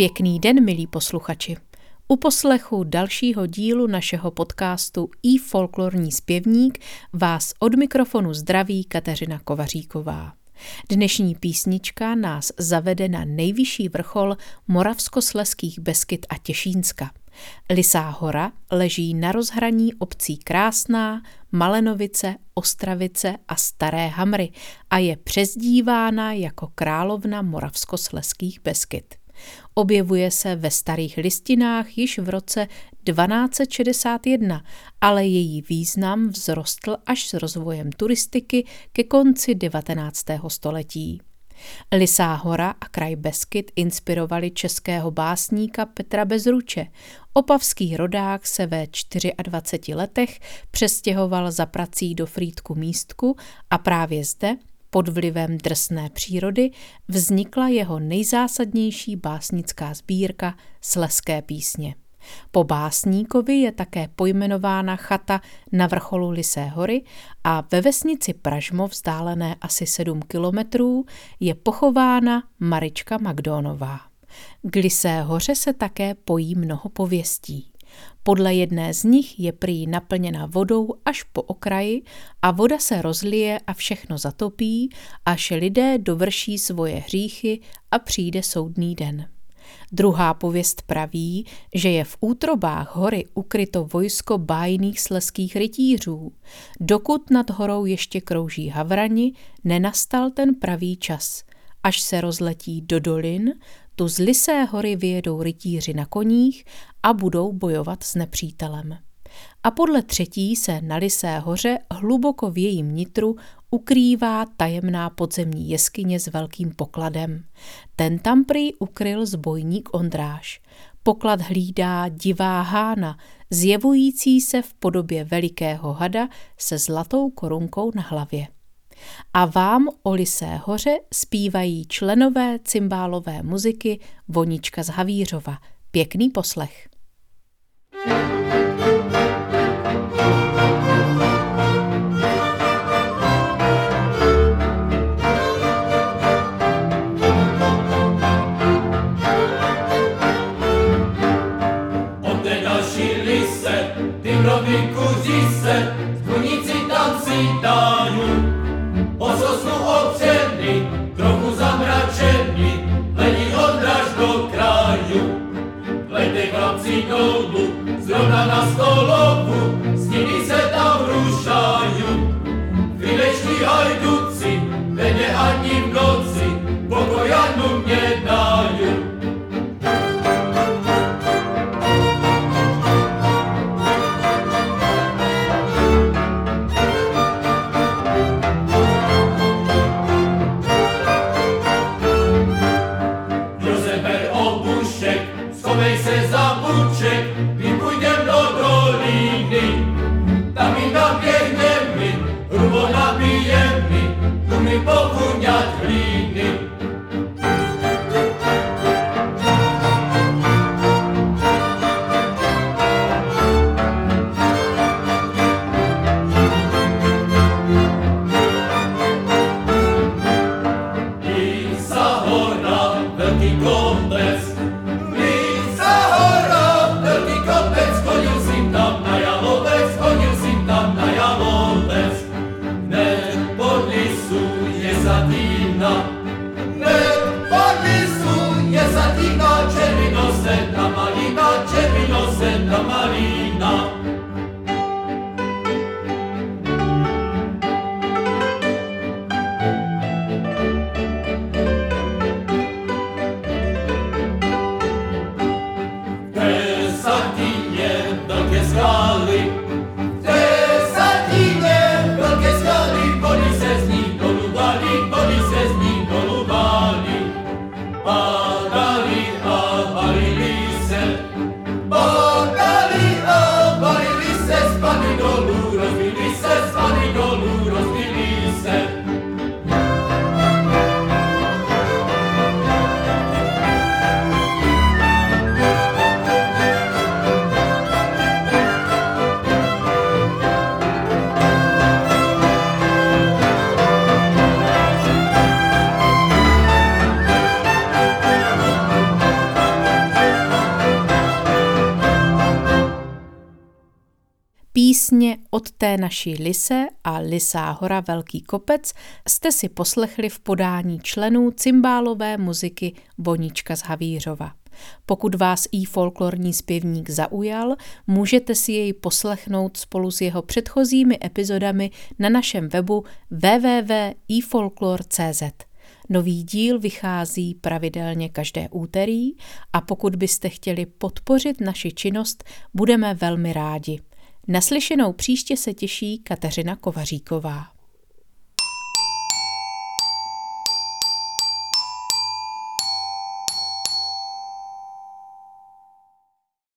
Pěkný den, milí posluchači. U poslechu dalšího dílu našeho podcastu iFolklorní zpěvník vás od mikrofonu zdraví Kateřina Kovaříková. Dnešní písnička nás zavede na nejvyšší vrchol Moravskoslezských Beskyd a Těšínska. Lysá hora leží na rozhraní obcí Krásná, Malenovice, Ostravice a Staré Hamry a je přezdívána jako královna Moravskoslezských Beskyd. Objevuje se ve starých listinách již v roce 1261, ale její význam vzrostl až s rozvojem turistiky ke konci 19. století. Lysá hora a kraj Beskyd inspirovali českého básníka Petra Bezruče. Opavský rodák se ve 24 letech přestěhoval za prací do Frýdku-Místku a právě zde, pod vlivem drsné přírody, vznikla jeho nejzásadnější básnická sbírka Slezské písně. Po básníkovi je také pojmenována chata na vrcholu Lysé hory a ve vesnici Pražmo, vzdálené asi 7 kilometrů, je pochována Marička Magdónová. K Lysé hoře se také pojí mnoho pověstí. Podle jedné z nich je prý naplněna vodou až po okraji a voda se rozlije a všechno zatopí, až lidé dovrší svoje hříchy a přijde soudný den. Druhá pověst praví, že je v útrobách hory ukryto vojsko bájných slezských rytířů. Dokud nad horou ještě krouží havrani, nenastal ten pravý čas. Až se rozletí do dolin, tu z Lysé hory vyjedou rytíři na koních a budou bojovat s nepřítelem. A podle třetí se na Lysé hoře hluboko v jejím nitru ukrývá tajemná podzemní jeskyně s velkým pokladem. Ten tam prý ukryl zbojník Ondráš. Poklad hlídá divá hána, zjevující se v podobě velikého hada se zlatou korunkou na hlavě. A vám o Lysé hoře zpívají členové cymbálové muziky Vonička z Havířova. Pěkný poslech. Od té další Lysé, ty mrovy kuří se, kuníci tam sítají. O sosnu opřený, trochu zamračený, letí Ondráš do kraju. Letej chlapci dolů, zrovna na stolovu, stíny se tam rušají. Chvíleční hajduci, denně ani v noci, pokojanu mě dají. Schovej se za buček, my půjdem do dolín. Písně Od té naší lise a Lisá hora Velký kopec jste si poslechli v podání členů cymbálové muziky Vonička z Havířova. Pokud vás folklorní zpěvník zaujal, můžete si jej poslechnout spolu s jeho předchozími epizodami na našem webu www.ifolklor.cz. Nový díl vychází pravidelně každé úterý a pokud byste chtěli podpořit naši činnost, budeme velmi rádi. Naslyšenou příště se těší Kateřina Kovaříková.